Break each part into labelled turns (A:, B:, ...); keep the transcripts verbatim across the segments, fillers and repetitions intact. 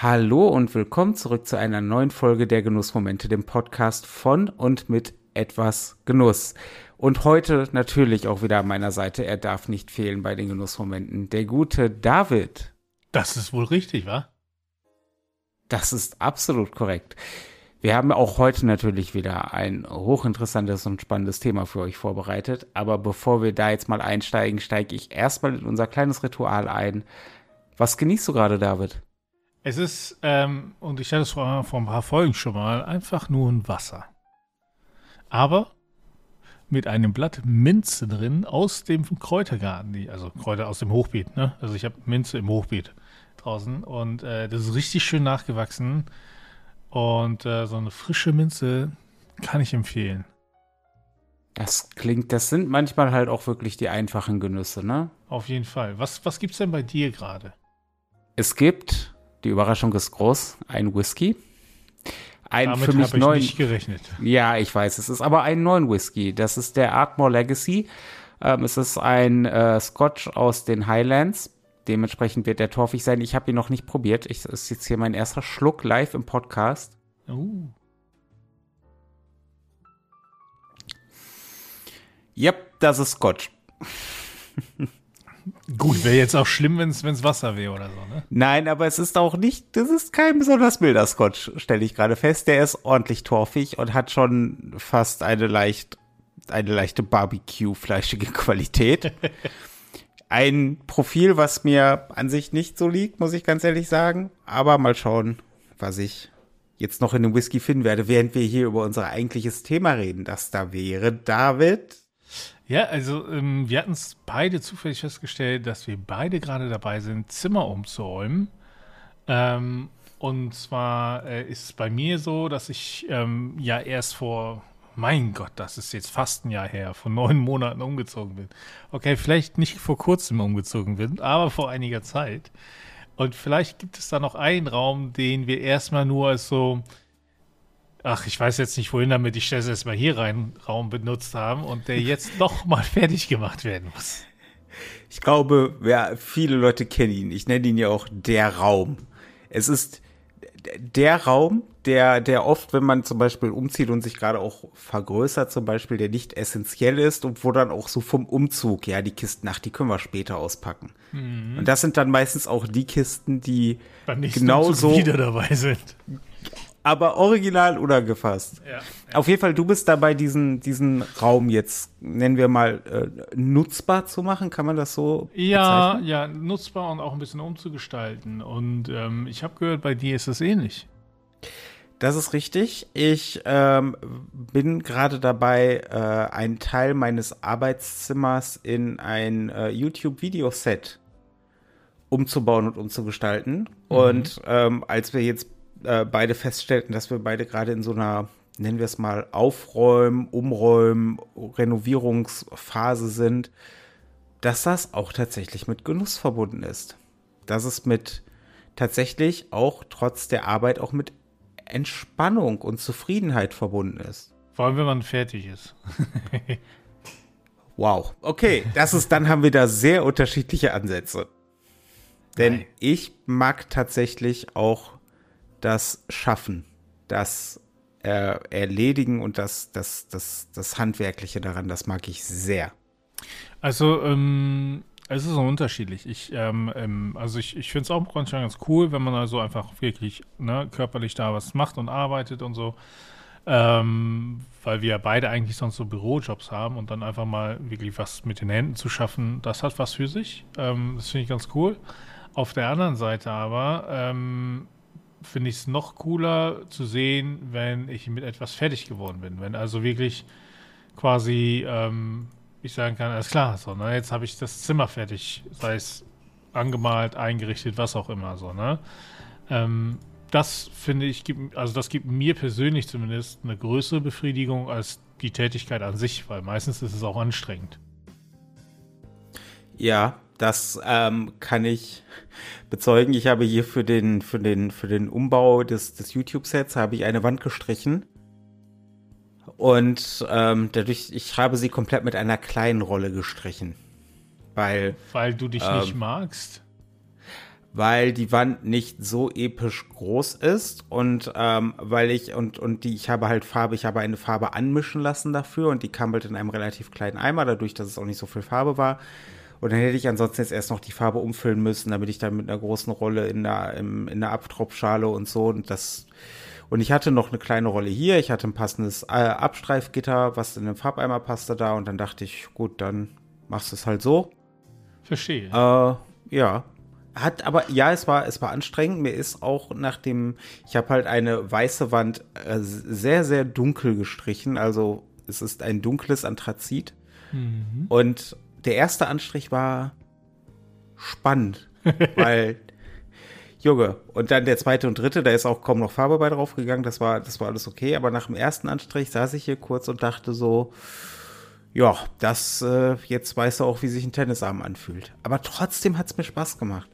A: Hallo und willkommen zurück zu einer neuen Folge der Genussmomente, dem Podcast von und mit etwas Genuss. Und heute natürlich auch wieder an meiner Seite, er darf nicht fehlen bei den Genussmomenten, der gute David.
B: Das ist wohl richtig, wa?
A: Das ist absolut korrekt. Wir haben auch heute natürlich wieder ein hochinteressantes und spannendes Thema für euch vorbereitet. Aber bevor wir da jetzt mal einsteigen, steige ich erstmal in unser kleines Ritual ein. Was genießt du gerade, David?
B: Es ist, ähm, und ich hatte es vor, vor ein paar Folgen schon mal, einfach nur ein Wasser. Aber mit einem Blatt Minze drin aus dem Kräutergarten, die, also Kräuter aus dem Hochbeet, ne? Also ich habe Minze im Hochbeet draußen und äh, das ist richtig schön nachgewachsen. Und äh, so eine frische Minze kann ich empfehlen.
A: Das klingt, das sind manchmal halt auch wirklich die einfachen Genüsse, ne?
B: Auf jeden Fall. Was, was gibt's denn bei dir gerade?
A: Es gibt, die Überraschung ist groß, ein Whisky. Ein
B: Damit
A: für mich
B: habe ich
A: neuen,
B: nicht gerechnet.
A: Ja, ich weiß, es ist aber ein neuen Whisky. Das ist der Ardmore Legacy. Ähm, es ist ein äh, Scotch aus den Highlands. Dementsprechend wird der torfig sein. Ich habe ihn noch nicht probiert. Ich, das ist jetzt hier mein erster Schluck live im Podcast.
B: Uh.
A: Yep, das ist Scotch.
B: Gut, wäre jetzt auch schlimm, wenn es Wasser wäre oder so, ne?
A: Nein, aber es ist auch nicht, das ist kein besonders milder Scotch, stelle ich gerade fest. Der ist ordentlich torfig und hat schon fast eine leicht, eine leichte Barbecue-fleischige Qualität. Ein Profil, was mir an sich nicht so liegt, muss ich ganz ehrlich sagen. Aber mal schauen, was ich jetzt noch in dem Whisky finden werde, während wir hier über unser eigentliches Thema reden. Das da wäre, David.
B: Ja, also ähm, wir hatten es beide zufällig festgestellt, dass wir beide gerade dabei sind, Zimmer umzuräumen. Ähm, und zwar äh, ist es bei mir so, dass ich ähm, ja erst vor, mein Gott, das ist jetzt fast ein Jahr her, vor neun Monaten umgezogen bin. Okay, vielleicht nicht vor kurzem umgezogen bin, aber vor einiger Zeit. Und vielleicht gibt es da noch einen Raum, den wir erstmal nur als so, ach, ich weiß jetzt nicht, wohin damit, ich stelle es erstmal hier rein, Raum benutzt haben und der jetzt noch mal fertig gemacht werden muss.
A: Ich glaube, ja, viele Leute kennen ihn. Ich nenne ihn ja auch der Raum. Es ist der Raum, der, der oft, wenn man zum Beispiel umzieht und sich gerade auch vergrößert, zum Beispiel, der nicht essentiell ist und wo dann auch so vom Umzug, ja, die Kisten, ach, die können wir später auspacken. Mhm. Und das sind dann meistens auch die Kisten, die
B: beim nächsten
A: genauso
B: Umzug wieder dabei sind.
A: Aber original unangefasst.
B: Ja, ja.
A: Auf jeden Fall, du bist dabei, diesen, diesen Raum jetzt, nennen wir mal, äh, nutzbar zu machen. Kann man das so
B: Ja,
A: bezeichnen?
B: ja, nutzbar und auch ein bisschen umzugestalten. Und ähm, ich habe gehört, bei dir ist es ähnlich.
A: Das ist richtig. Ich ähm, bin gerade dabei, äh, einen Teil meines Arbeitszimmers in ein äh, YouTube-Videoset umzubauen und umzugestalten. Mhm. Und ähm, als wir jetzt äh, beide feststellten, dass wir beide gerade in so einer, nennen wir es mal, Aufräumen, Umräumen, Renovierungsphase sind, dass das auch tatsächlich mit Genuss verbunden ist. Dass es mit tatsächlich auch trotz der Arbeit auch mit Entspannung und Zufriedenheit verbunden ist.
B: Vor allem, wenn man fertig ist.
A: Wow, okay, das ist, dann haben wir da sehr unterschiedliche Ansätze. Denn Nein. ich mag tatsächlich auch das Schaffen, das äh, Erledigen und das, das, das, das Handwerkliche daran, das mag ich sehr.
B: Also, ähm, es ist so unterschiedlich. Ich, ähm, ähm, also ich, ich finde es auch manchmal ganz cool, wenn man also einfach wirklich ne, körperlich da was macht und arbeitet und so. Ähm, weil wir beide eigentlich sonst so Bürojobs haben und dann einfach mal wirklich was mit den Händen zu schaffen, das hat was für sich. Ähm, das finde ich ganz cool. Auf der anderen Seite aber ähm, finde ich es noch cooler zu sehen, wenn ich mit etwas fertig geworden bin. Wenn also wirklich quasi ähm, ich sagen kann, alles klar, so, ne, jetzt habe ich das Zimmer fertig, sei es angemalt, eingerichtet, was auch immer, so, ne. Ähm, das finde ich, gibt, also das gibt mir persönlich zumindest eine größere Befriedigung als die Tätigkeit an sich, weil meistens ist es auch anstrengend.
A: Ja, das ähm, kann ich bezeugen. Ich habe hier für den, für den, für den Umbau des, des YouTube-Sets habe ich eine Wand gestrichen. Und ähm, dadurch, ich habe sie komplett mit einer kleinen Rolle gestrichen. Weil,
B: weil du dich
A: ähm,
B: nicht magst?
A: weil die Wand nicht so episch groß ist und ähm, weil ich und und die ich habe halt Farbe, ich habe eine Farbe anmischen lassen dafür und die kam halt in einem relativ kleinen Eimer, dadurch, dass es auch nicht so viel Farbe war. Und dann hätte ich ansonsten jetzt erst noch die Farbe umfüllen müssen, damit ich dann mit einer großen Rolle in der im, in der Abtropfschale und so und das und ich hatte noch eine kleine Rolle hier, ich hatte ein passendes äh, Abstreifgitter, was in den Farbeimer passte da und dann dachte ich, gut, dann machst du es halt so.
B: Verstehe.
A: Äh, ja. Hat aber, ja, es war, es war anstrengend. Mir ist auch nach dem, ich habe halt eine weiße Wand äh, sehr, sehr dunkel gestrichen. Also es ist ein dunkles Anthrazit.
B: Mhm.
A: Und der erste Anstrich war spannend, weil, Junge, und dann der zweite und dritte, da ist auch kaum noch Farbe bei drauf gegangen. Das war, das war alles okay. Aber nach dem ersten Anstrich saß ich hier kurz und dachte so, ja, das, äh, jetzt weißt du auch, wie sich ein Tennisarm anfühlt. Aber trotzdem hat es mir Spaß gemacht.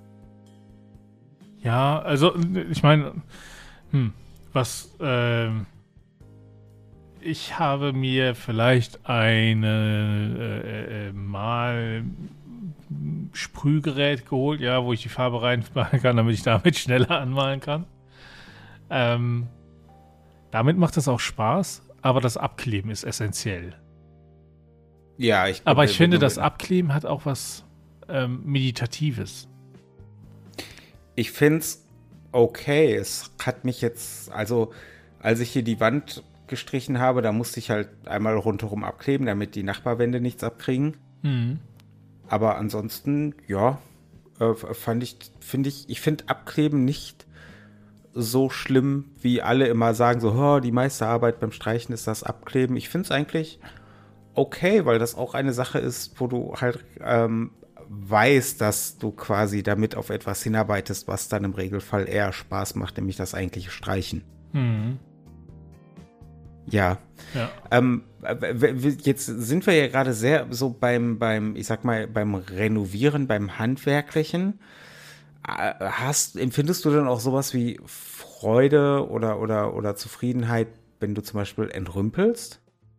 B: Ja, also ich meine, hm, was, ähm, ich habe mir vielleicht eine äh, äh, mal Sprühgerät geholt, ja, wo ich die Farbe reinmachen kann, damit ich damit schneller anmalen kann. Ähm, damit macht es auch Spaß, aber das Abkleben ist essentiell.
A: Ja, ich
B: Aber ich finde, das Abkleben hat auch was ähm, Meditatives.
A: Ich find's okay. Es hat mich jetzt, also als ich hier die Wand gestrichen habe, da musste ich halt einmal rundherum abkleben, damit die Nachbarwände nichts abkriegen.
B: Mhm.
A: Aber ansonsten, ja, äh, fand ich, finde ich, ich finde Abkleben nicht so schlimm, wie alle immer sagen, so, oh, die meiste Arbeit beim Streichen ist das Abkleben. Ich finde es eigentlich okay, weil das auch eine Sache ist, wo du halt ähm, weißt, dass du quasi damit auf etwas hinarbeitest, was dann im Regelfall eher Spaß macht, nämlich das eigentliche Streichen.
B: Mhm.
A: Ja.
B: Ja.
A: Ähm, jetzt sind wir ja gerade sehr so beim, beim, ich sag mal, beim Renovieren, beim Handwerklichen. Hast, empfindest du denn auch sowas wie Freude oder, oder, oder Zufriedenheit, wenn du zum Beispiel entrümpelst?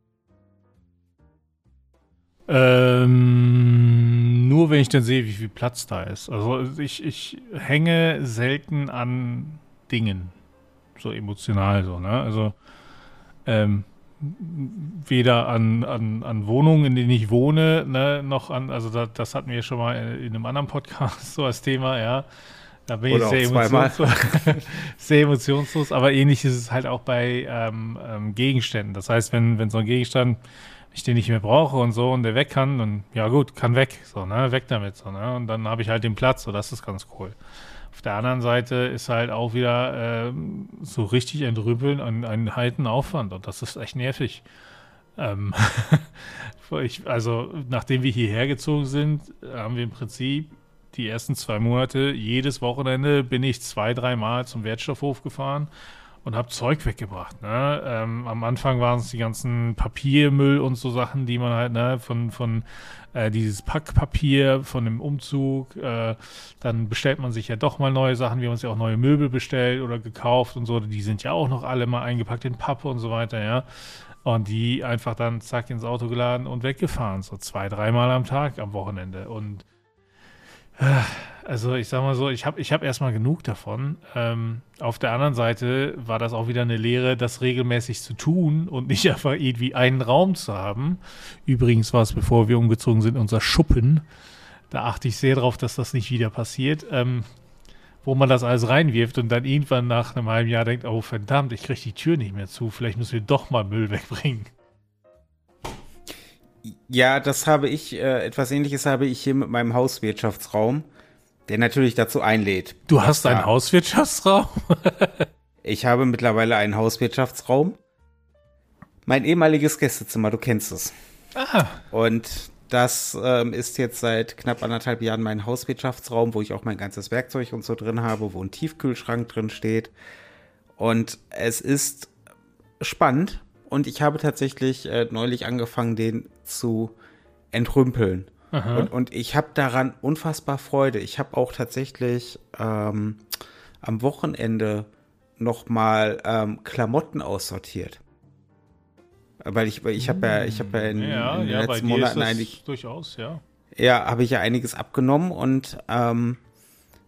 B: Ähm, nur wenn ich dann sehe, wie viel Platz da ist. Also ich, ich hänge selten an Dingen. So emotional so, ne? Also ähm, weder an, an, an Wohnungen, in denen ich wohne, ne, noch an, also da, das hatten wir schon mal in einem anderen Podcast so als Thema, ja. Da bin
A: Oder
B: ich sehr emotionslos, sehr emotionslos, aber ähnlich ist es halt auch bei ähm, ähm, Gegenständen. Das heißt, wenn, wenn so ein Gegenstand ich den nicht mehr brauche und so und der weg kann, dann ja gut, kann weg, so, ne, weg damit, so, ne, und dann habe ich halt den Platz, so, das ist ganz cool. Auf der anderen Seite ist halt auch wieder ähm, so richtig entrümpeln ein, ein heiden Aufwand und das ist echt nervig. Ähm, ich, also, nachdem wir hierher gezogen sind, haben wir im Prinzip die ersten zwei Monate, jedes Wochenende bin ich zwei, dreimal zum Wertstoffhof gefahren und habe Zeug weggebracht. Ne? Ähm, am Anfang waren es die ganzen Papiermüll und so Sachen, die man halt, ne, von, von äh, dieses Packpapier, von dem Umzug, äh, dann bestellt man sich ja doch mal neue Sachen. Wir haben uns ja auch neue Möbel bestellt oder gekauft und so. Die sind ja auch noch alle mal eingepackt in Pappe und so weiter, ja. Und die einfach dann zack ins Auto geladen und weggefahren. So zwei, dreimal am Tag am Wochenende. Und also ich sag mal so, ich habe ich hab erstmal genug davon. Ähm, auf der anderen Seite war das auch wieder eine Lehre, das regelmäßig zu tun und nicht einfach irgendwie einen Raum zu haben. Übrigens war es, bevor wir umgezogen sind, unser Schuppen. Da achte ich sehr drauf, dass das nicht wieder passiert. Ähm, wo man das alles reinwirft und dann irgendwann nach einem halben Jahr denkt, oh verdammt, ich kriege die Tür nicht mehr zu, vielleicht müssen wir doch mal Müll wegbringen.
A: Ja, das habe ich, äh, etwas Ähnliches habe ich hier mit meinem Hauswirtschaftsraum, der natürlich dazu einlädt.
B: Du hast einen Hauswirtschaftsraum?
A: Ich habe mittlerweile einen Hauswirtschaftsraum. Mein ehemaliges Gästezimmer, du kennst es.
B: Ah.
A: Und das ähm, ist jetzt seit knapp anderthalb Jahren mein Hauswirtschaftsraum, wo ich auch mein ganzes Werkzeug und so drin habe, wo ein Tiefkühlschrank drin steht. Und es ist spannend. Und ich habe tatsächlich äh, neulich angefangen, den zu entrümpeln. Und, und ich habe daran unfassbar Freude. Ich habe auch tatsächlich ähm, am Wochenende noch mal ähm, Klamotten aussortiert. Weil ich, weil ich habe ja, ich habe ja in,
B: ja,
A: in den
B: ja,
A: letzten
B: bei dir
A: Monaten
B: ist das
A: eigentlich
B: durchaus, ja.
A: Ja, habe ich ja einiges abgenommen und ähm,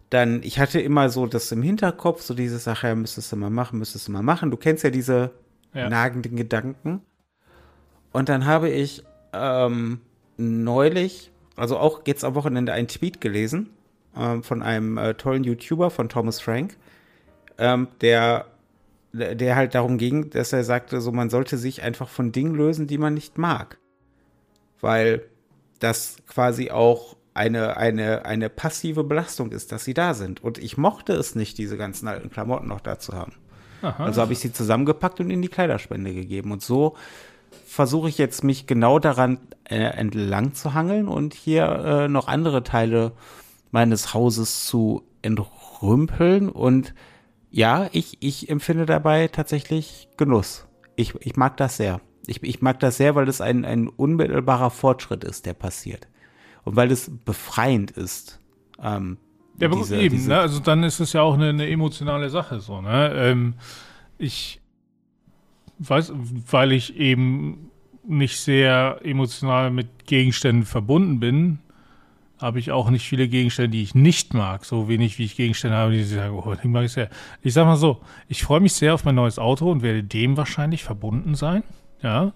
A: dann, ich hatte immer so das im Hinterkopf, so diese Sache, ja, müsstest du mal machen, müsstest du mal machen. Du kennst ja diese
B: Ja.
A: nagenden Gedanken. Und dann habe ich ähm, neulich, also auch jetzt am Wochenende, einen Tweet gelesen ähm, von einem äh, tollen YouTuber, von Thomas Frank, ähm, der, der halt darum ging, dass er sagte, so man sollte sich einfach von Dingen lösen, die man nicht mag. Weil das quasi auch eine, eine, eine passive Belastung ist, dass sie da sind. Und ich mochte es nicht, diese ganzen alten Klamotten noch da zu haben.
B: Aha.
A: Also habe ich sie zusammengepackt und in die Kleiderspende gegeben. Und so versuche ich jetzt, mich genau daran äh, entlang zu hangeln und hier äh, noch andere Teile meines Hauses zu entrümpeln. Und ja, ich, ich empfinde dabei tatsächlich Genuss. Ich, ich mag das sehr. Ich, ich mag das sehr, weil es ein, ein unmittelbarer Fortschritt ist, der passiert. Und weil es befreiend ist. Ähm,
B: Ja, aber
A: diese,
B: eben,
A: diese
B: ne? Also dann ist es ja auch eine, eine emotionale Sache so, ne? Ähm, ich weiß, weil ich eben nicht sehr emotional mit Gegenständen verbunden bin, habe ich auch nicht viele Gegenstände, die ich nicht mag. So wenig, wie ich Gegenstände habe, die sagen, oh, die mag ich sehr. Ich sag mal so, ich freue mich sehr auf mein neues Auto und werde dem wahrscheinlich verbunden sein, ja.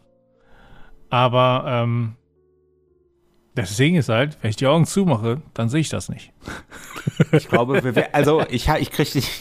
B: Aber, ähm, das Ding ist halt, wenn ich die Augen zumache, dann sehe ich das nicht.
A: Ich glaube, wir, also ich, ich kriege nicht.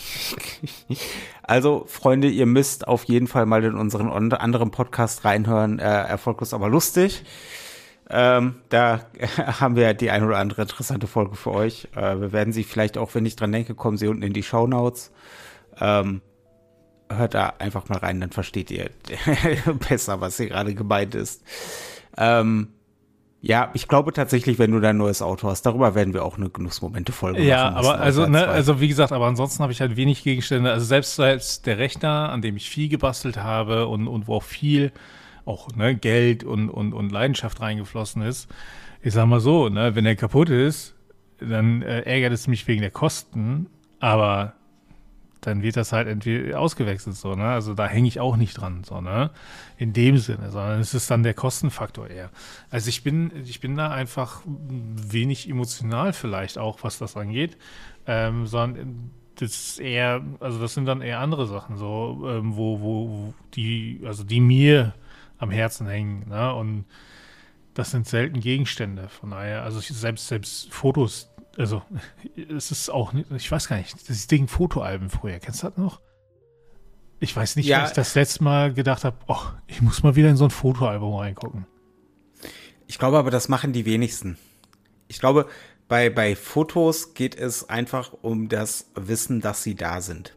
A: Also, Freunde, ihr müsst auf jeden Fall mal in unseren anderen Podcast reinhören. Äh, erfolglos, aber lustig. Ähm, da haben wir die ein oder andere interessante Folge für euch. Äh, wir werden sie vielleicht auch, wenn ich dran denke, kommen sie unten in die Shownotes. Ähm, hört da einfach mal rein, dann versteht ihr besser, was hier gerade gemeint ist. Ähm, Ja, ich glaube tatsächlich, wenn du dein neues Auto hast, darüber werden wir auch eine Genussmomente-Folge
B: ja,
A: machen.
B: Ja, aber also, ne,
A: zwei.
B: also wie gesagt, aber ansonsten habe ich halt wenig Gegenstände. Also selbst als der Rechner, an dem ich viel gebastelt habe und, und wo auch viel auch ne, Geld und, und, und Leidenschaft reingeflossen ist, ich sag mal so, ne, wenn der kaputt ist, dann äh, ärgert es mich wegen der Kosten, aber dann wird das halt entweder ausgewechselt, so, ne? Also da hänge ich auch nicht dran, so, ne? In dem Sinne, sondern es ist dann der Kostenfaktor eher. Also ich bin, ich bin da einfach wenig emotional vielleicht auch, was das angeht, ähm, sondern das ist eher, also das sind dann eher andere Sachen, so, ähm, wo, wo, wo die, also die mir am Herzen hängen, ne? Und das sind selten Gegenstände, von daher, also ich, selbst, selbst Fotos, also, es ist auch, nicht, ich weiß gar nicht, das Ding Fotoalben früher, kennst du das noch? Ich weiß nicht,
A: ja,
B: was ich das letzte Mal gedacht habe, oh, ich muss mal wieder in so ein Fotoalbum reingucken.
A: Ich glaube aber, das machen die wenigsten. Ich glaube, bei, bei Fotos geht es einfach um das Wissen, dass sie da sind.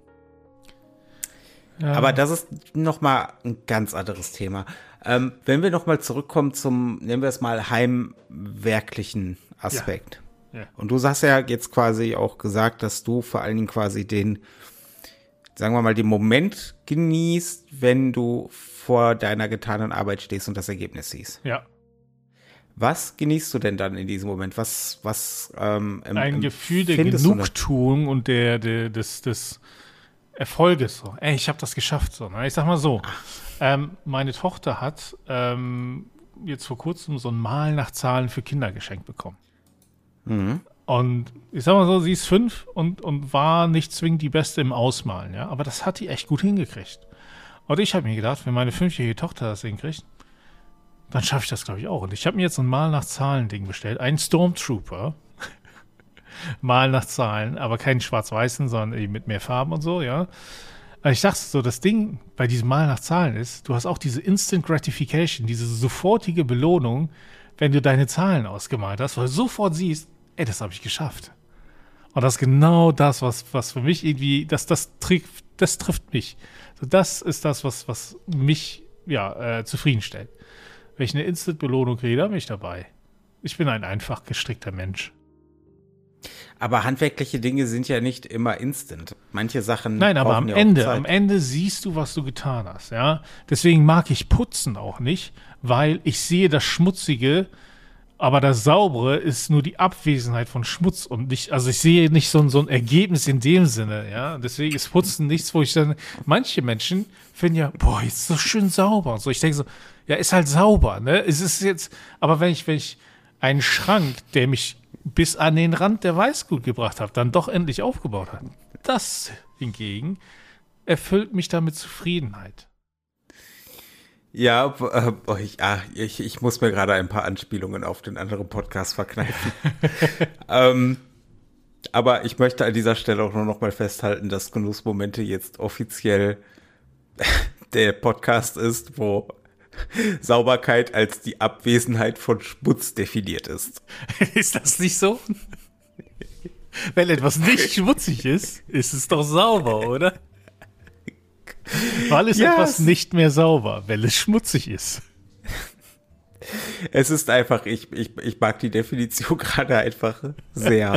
A: Ja. Aber das ist nochmal ein ganz anderes Thema. Ähm, wenn wir nochmal zurückkommen zum, nennen wir es mal, heimwerklichen Aspekt. Ja. Ja. Und du hast ja jetzt quasi auch gesagt, dass du vor allen Dingen quasi den, sagen wir mal, den Moment genießt, wenn du vor deiner getanen Arbeit stehst und das Ergebnis siehst.
B: Ja.
A: Was genießt du denn dann in diesem Moment? Was, was, ähm, im,
B: Ein
A: im
B: Gefühl der Genugtuung und der, der, des, des Erfolges. So. Ey, ich habe das geschafft. So, ne? Ich sag mal so, ähm, meine Tochter hat ähm, jetzt vor kurzem so ein Mal nach Zahlen für Kinder geschenkt bekommen.
A: Mhm.
B: Und ich sag mal so, sie ist fünf und, und war nicht zwingend die Beste im Ausmalen, ja, aber das hat die echt gut hingekriegt. Und ich habe mir gedacht, wenn meine fünfjährige Tochter das hinkriegt, dann schaffe ich das, glaube ich, auch. Und ich habe mir jetzt ein Mal nach Zahlen-Ding bestellt, einen Stormtrooper, Mal nach Zahlen, aber keinen schwarz-weißen, sondern eben mit mehr Farben und so, ja. Aber ich dachte so, das Ding bei diesem Mal nach Zahlen ist, du hast auch diese Instant Gratification, diese sofortige Belohnung, wenn du deine Zahlen ausgemalt hast, weil du sofort siehst, ey, das habe ich geschafft. Und das ist genau das, was, was für mich irgendwie, das, das trifft, das trifft mich. So, das ist das, was, was mich, ja, äh, zufriedenstellt. Wenn ich eine Instant-Belohnung kriege, dann bin ich dabei. Ich bin ein einfach gestrickter Mensch.
A: Aber handwerkliche Dinge sind ja nicht immer instant. Manche Sachen.
B: Nein, aber am
A: ja
B: Ende, am Ende siehst du, was du getan hast, ja. Deswegen mag ich Putzen auch nicht, weil ich sehe das Schmutzige, aber das Saubere ist nur die Abwesenheit von Schmutz und nicht, also ich sehe nicht so ein, so ein Ergebnis in dem Sinne, ja. Deswegen ist Putzen nichts, wo ich dann, manche Menschen finden ja, boah, jetzt so schön sauber. Und so, ich denke so, ja, ist halt sauber, ne? Es ist jetzt, aber wenn ich, wenn ich einen Schrank, der mich bis an den Rand der Weißglut gebracht habe, dann doch endlich aufgebaut hat. Das hingegen erfüllt mich damit Zufriedenheit.
A: Ja, äh, ich, ah, ich, ich muss mir gerade ein paar Anspielungen auf den anderen Podcast verkneifen. ähm, aber ich möchte an dieser Stelle auch nur noch mal festhalten, dass Genussmomente jetzt offiziell der Podcast ist, wo Sauberkeit als die Abwesenheit von Schmutz definiert ist.
B: Ist das nicht so? Wenn etwas nicht schmutzig ist, ist es doch sauber, oder? Weil ist
A: Ja,
B: etwas
A: es-
B: nicht mehr sauber, weil es schmutzig ist.
A: Es ist einfach, ich, ich, ich mag die Definition gerade einfach sehr.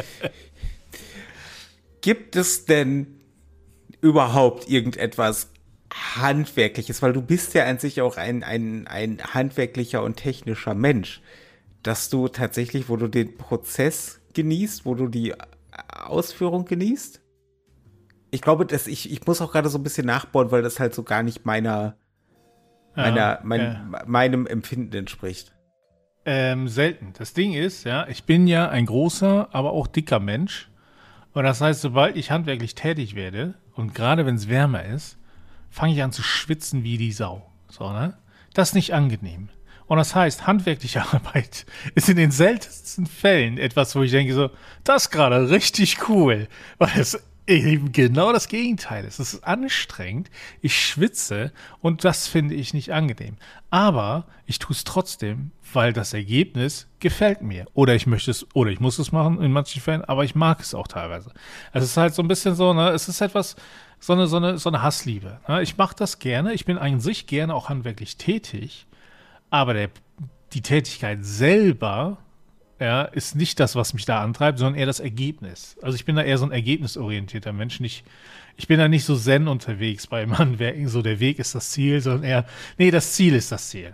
A: Gibt es denn überhaupt irgendetwas Handwerkliches? Weil du bist ja an sich auch ein, ein, ein handwerklicher und technischer Mensch, dass du tatsächlich, wo du den Prozess genießt, wo du die Ausführung genießt? Ich glaube, dass ich, ich muss auch gerade so ein bisschen nachbauen, weil das halt so gar nicht meiner, meiner,
B: Ja,
A: mein,
B: ja.
A: meinem Empfinden entspricht.
B: Ähm, selten. Das Ding ist, ja, ich bin ja ein großer, aber auch dicker Mensch. Und das heißt, sobald ich handwerklich tätig werde, und gerade wenn es wärmer ist, fange ich an zu schwitzen wie die Sau. So, ne? Das ist nicht angenehm. Und das heißt, handwerkliche Arbeit ist in den seltensten Fällen etwas, wo ich denke so, das ist gerade richtig cool. Weil es eben genau das Gegenteil ist. Es ist anstrengend, ich schwitze und das finde ich nicht angenehm. Aber ich tue es trotzdem, weil das Ergebnis gefällt mir. Oder ich möchte es, oder ich muss es machen in manchen Fällen, aber ich mag es auch teilweise. Es ist halt so ein bisschen so, ne, es ist etwas, so eine, so eine, so eine Hassliebe. Ne? Ich mache das gerne, ich bin an sich gerne auch handwerklich tätig, aber der, die Tätigkeit selber, ja, ist nicht das, was mich da antreibt, sondern eher das Ergebnis. Also ich bin da eher so ein ergebnisorientierter Mensch. Nicht, ich bin da nicht so zen unterwegs beim Handwerken, so der Weg ist das Ziel, sondern eher, nee, das Ziel ist das Ziel.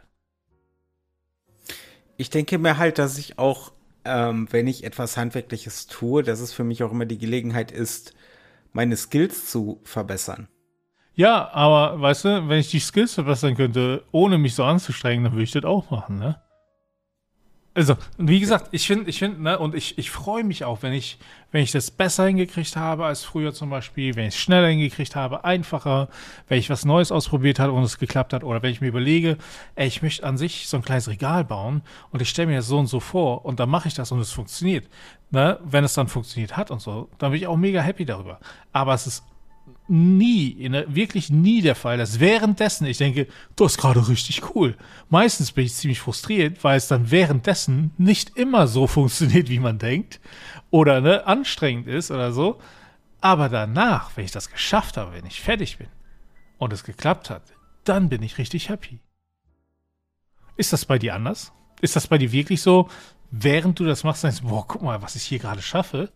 A: Ich denke mir halt, dass ich auch, ähm, wenn ich etwas Handwerkliches tue, dass es für mich auch immer die Gelegenheit ist, meine Skills zu verbessern.
B: Ja, aber weißt du, wenn ich die Skills verbessern könnte, ohne mich so anzustrengen, dann würde ich das auch machen, ne? Also, wie gesagt, ich finde, ich finde, ne, und ich, ich freue mich auch, wenn ich, wenn ich das besser hingekriegt habe als früher zum Beispiel, wenn ich es schneller hingekriegt habe, einfacher, wenn ich was Neues ausprobiert habe und es geklappt hat, oder wenn ich mir überlege, ey, ich möchte an sich so ein kleines Regal bauen und ich stelle mir das so und so vor und dann mache ich das und es funktioniert. Ne? Wenn es dann funktioniert hat und so, dann bin ich auch mega happy darüber. Aber es ist nie, in der, wirklich nie der Fall, dass währenddessen ich denke, das ist gerade richtig cool. Meistens bin ich ziemlich frustriert, weil es dann währenddessen nicht immer so funktioniert, wie man denkt oder ne, anstrengend ist oder so. Aber danach, wenn ich das geschafft habe, wenn ich fertig bin und es geklappt hat, dann bin ich richtig happy. Ist das bei dir anders? Ist das bei dir wirklich so, während du das machst, denkst du, boah, guck mal, was ich hier gerade schaffe?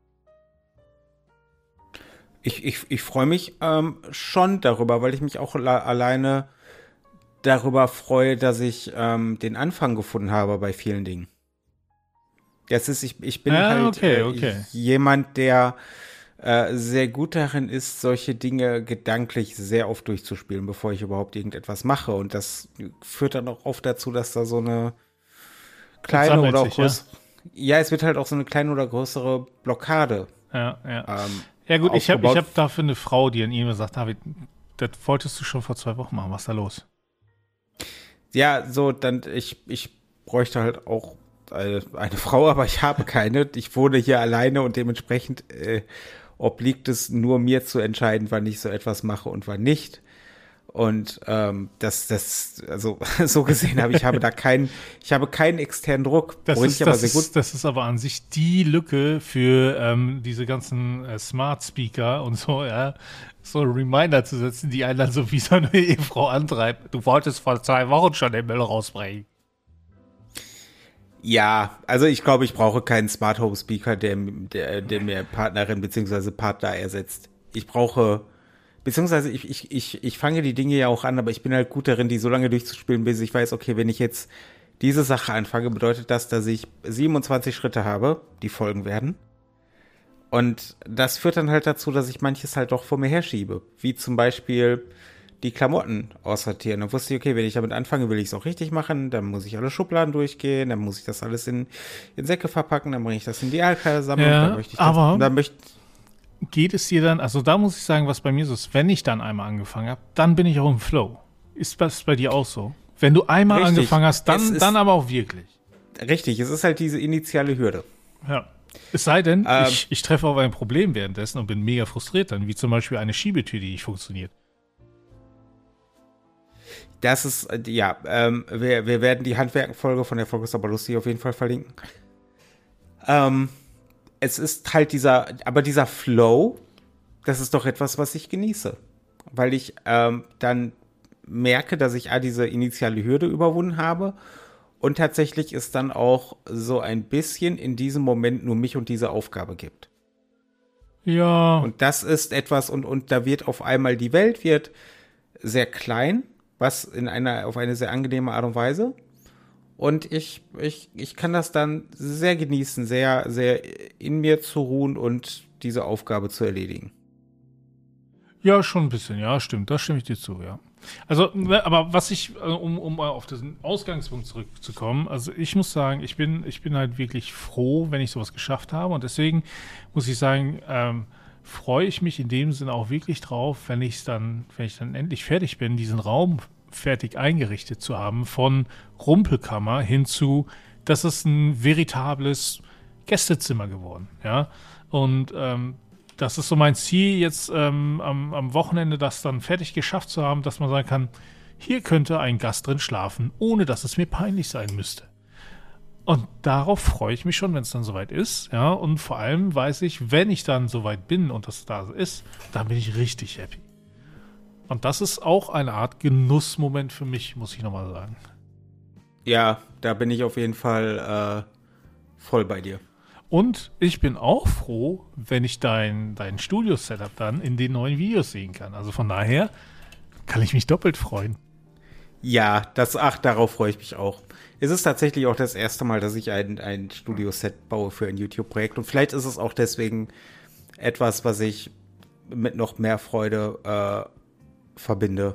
A: Ich, ich, ich freue mich ähm, schon darüber, weil ich mich auch la- alleine darüber freue, dass ich ähm, den Anfang gefunden habe bei vielen Dingen. Das ist, ich, ich bin
B: Ja,
A: halt
B: okay,
A: äh,
B: okay.
A: jemand, der äh, sehr gut darin ist, solche Dinge gedanklich sehr oft durchzuspielen, bevor ich überhaupt irgendetwas mache. Und das führt dann auch oft dazu, dass da so eine kleine
B: sammelt
A: oder auch
B: sich, ja.
A: größere, ja. es wird halt auch so eine kleine oder größere Blockade
B: Ja, ja.
A: ähm,
B: Ja gut, ich habe ich
A: aufgebaut.
B: hab dafür eine Frau, die an ihm sagt, David, das wolltest du schon vor zwei Wochen machen, was ist da los?
A: Ja, so, dann, ich, ich bräuchte halt auch eine, eine Frau, aber ich habe keine. Ich wohne hier alleine und dementsprechend äh, obliegt es nur mir zu entscheiden, wann ich so etwas mache und wann nicht. Und ähm, das, das, also so gesehen habe ich habe da keinen, ich habe keinen externen Druck.
B: Das
A: worin
B: ist,
A: ich aber
B: das,
A: sehr gut.
B: ist, das ist aber an sich die Lücke für ähm, diese ganzen äh, Smart Speaker und so, ja, so einen Reminder zu setzen, die einen dann so wie so eine Ehefrau antreibt. Du wolltest vor zwei Wochen schon den Müll rausbringen.
A: Ja, also ich glaube, ich brauche keinen Smart Home Speaker, der, der, der mir Partnerin beziehungsweise Partner ersetzt. Ich brauche, beziehungsweise ich, ich, ich, ich fange die Dinge ja auch an, aber ich bin halt gut darin, die so lange durchzuspielen, bis ich weiß, okay, wenn ich jetzt diese Sache anfange, bedeutet das, dass ich siebenundzwanzig Schritte habe, die folgen werden. Und das führt dann halt dazu, dass ich manches halt doch vor mir herschiebe. Wie zum Beispiel die Klamotten aussortieren. Dann wusste ich, okay, wenn ich damit anfange, will ich es auch richtig machen, dann muss ich alle Schubladen durchgehen, dann muss ich das alles in, in Säcke verpacken, dann bringe ich das in die Altkleidersammlung,
B: Ja,
A: dann möchte ich das,
B: aber
A: dann möchte
B: geht es dir dann, also da muss ich sagen, was bei mir so ist, wenn ich dann einmal angefangen habe, dann bin ich auch im Flow. Ist das bei dir auch so? Wenn du einmal
A: Richtig.
B: angefangen hast, dann,
A: Es ist-
B: dann aber auch wirklich.
A: Richtig, es ist halt diese initiale Hürde.
B: Ja. Es sei denn,
A: Ähm.
B: ich, ich treffe auf ein Problem währenddessen und bin mega frustriert dann, wie zum Beispiel eine Schiebetür, die nicht funktioniert.
A: Das ist, äh, ja, ähm, wir, wir werden die Handwerkenfolge von der Folge ist aber lustig auf jeden Fall verlinken. Ähm, es ist halt dieser, aber dieser Flow, das ist doch etwas, was ich genieße. Weil ich ähm, dann merke, dass ich ah, diese initiale Hürde überwunden habe und tatsächlich es dann auch so ein bisschen in diesem Moment nur mich und diese Aufgabe gibt.
B: Ja.
A: Und das ist etwas, und, und da wird auf einmal die Welt wird sehr klein, was in einer, auf eine sehr angenehme Art und Weise. Und ich, ich, ich kann das dann sehr genießen, sehr, sehr in mir zu ruhen und diese Aufgabe zu erledigen.
B: Ja, schon ein bisschen, ja, stimmt, da stimme ich dir zu, ja. Also, ne, aber was ich, äh, um, um mal auf diesen Ausgangspunkt zurückzukommen, also ich muss sagen, ich bin, ich bin halt wirklich froh, wenn ich sowas geschafft habe und deswegen muss ich sagen, ähm, freue ich mich in dem Sinne auch wirklich drauf, wenn ich dann, wenn ich dann endlich fertig bin, diesen Raum fertig eingerichtet zu haben, von Rumpelkammer hin zu, das ist ein veritables Gästezimmer geworden, ja, und ähm, das ist so mein Ziel, jetzt ähm, am, am Wochenende das dann fertig geschafft zu haben, dass man sagen kann, hier könnte ein Gast drin schlafen, ohne dass es mir peinlich sein müsste. Und darauf freue ich mich schon, wenn es dann soweit ist. Ja, und vor allem weiß ich, wenn ich dann soweit bin und das da ist, dann bin ich richtig happy. Und das ist auch eine Art Genussmoment für mich, muss ich nochmal sagen.
A: Ja, da bin ich auf jeden Fall äh, voll bei dir.
B: Und ich bin auch froh, wenn ich dein, dein Studio-Setup dann in den neuen Videos sehen kann. Also von daher kann ich mich doppelt freuen.
A: Ja, das, ach, darauf freue ich mich auch. Es ist tatsächlich auch das erste Mal, dass ich ein, ein Studio-Set baue für ein YouTube-Projekt. Und vielleicht ist es auch deswegen etwas, was ich mit noch mehr Freude äh, verbinde.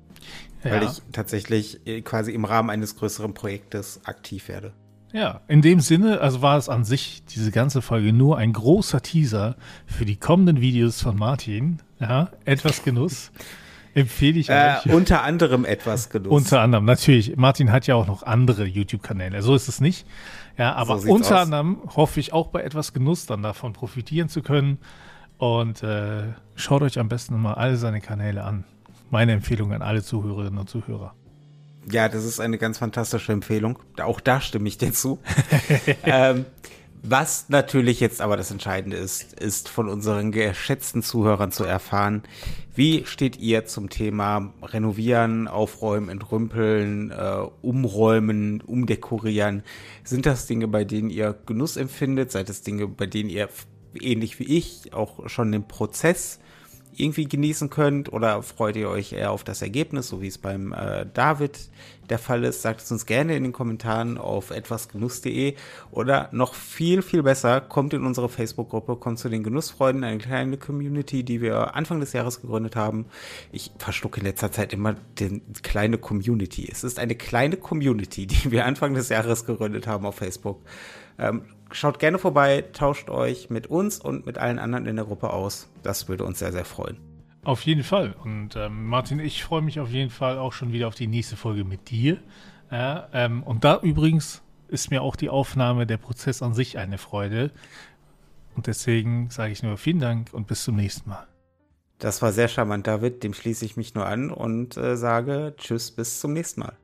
A: Ja. Weil ich tatsächlich quasi im Rahmen eines größeren Projektes aktiv werde.
B: Ja, in dem Sinne, also war es an sich diese ganze Folge nur ein großer Teaser für die kommenden Videos von Martin. Ja, etwas Genuss. Empfehle ich
A: äh,
B: euch.
A: Unter anderem etwas Genuss.
B: Unter anderem, natürlich. Martin hat ja auch noch andere YouTube-Kanäle. So ist es nicht. Ja, aber
A: so
B: unter
A: aus.
B: anderem hoffe ich auch bei etwas Genuss dann davon profitieren zu können. Und äh, schaut euch am besten mal alle seine Kanäle an. Meine Empfehlung an alle Zuhörerinnen und Zuhörer.
A: Ja, das ist eine ganz fantastische Empfehlung. Auch da stimme ich dir zu. ähm, was natürlich jetzt aber das Entscheidende ist, ist von unseren geschätzten Zuhörern zu erfahren, wie steht ihr zum Thema Renovieren, Aufräumen, Entrümpeln, äh, Umräumen, Umdekorieren? Sind das Dinge, bei denen ihr Genuss empfindet? Seid es Dinge, bei denen ihr ähnlich wie ich auch schon den Prozess irgendwie genießen könnt, oder freut ihr euch eher auf das Ergebnis, so wie es beim äh, David der Fall ist? Sagt es uns gerne in den Kommentaren auf etwasgenuss punkt de, oder noch viel, viel besser, kommt in unsere Facebook-Gruppe, kommt zu den Genussfreunden, eine kleine Community, die wir Anfang des Jahres gegründet haben. Ich verschlucke in letzter Zeit immer die kleine Community. Es ist eine kleine Community, die wir Anfang des Jahres gegründet haben auf Facebook. Ähm, Schaut gerne vorbei, tauscht euch mit uns und mit allen anderen in der Gruppe aus. Das würde uns sehr, sehr freuen.
B: Auf jeden Fall. Und ähm, Martin, ich freue mich auf jeden Fall auch schon wieder auf die nächste Folge mit dir. Ja, ähm, und da übrigens ist mir auch die Aufnahme, der Prozess an sich eine Freude. Und deswegen sage ich nur vielen Dank und bis zum nächsten Mal.
A: Das war sehr charmant, David. Dem schließe ich mich nur an und äh, sage Tschüss, bis zum nächsten Mal.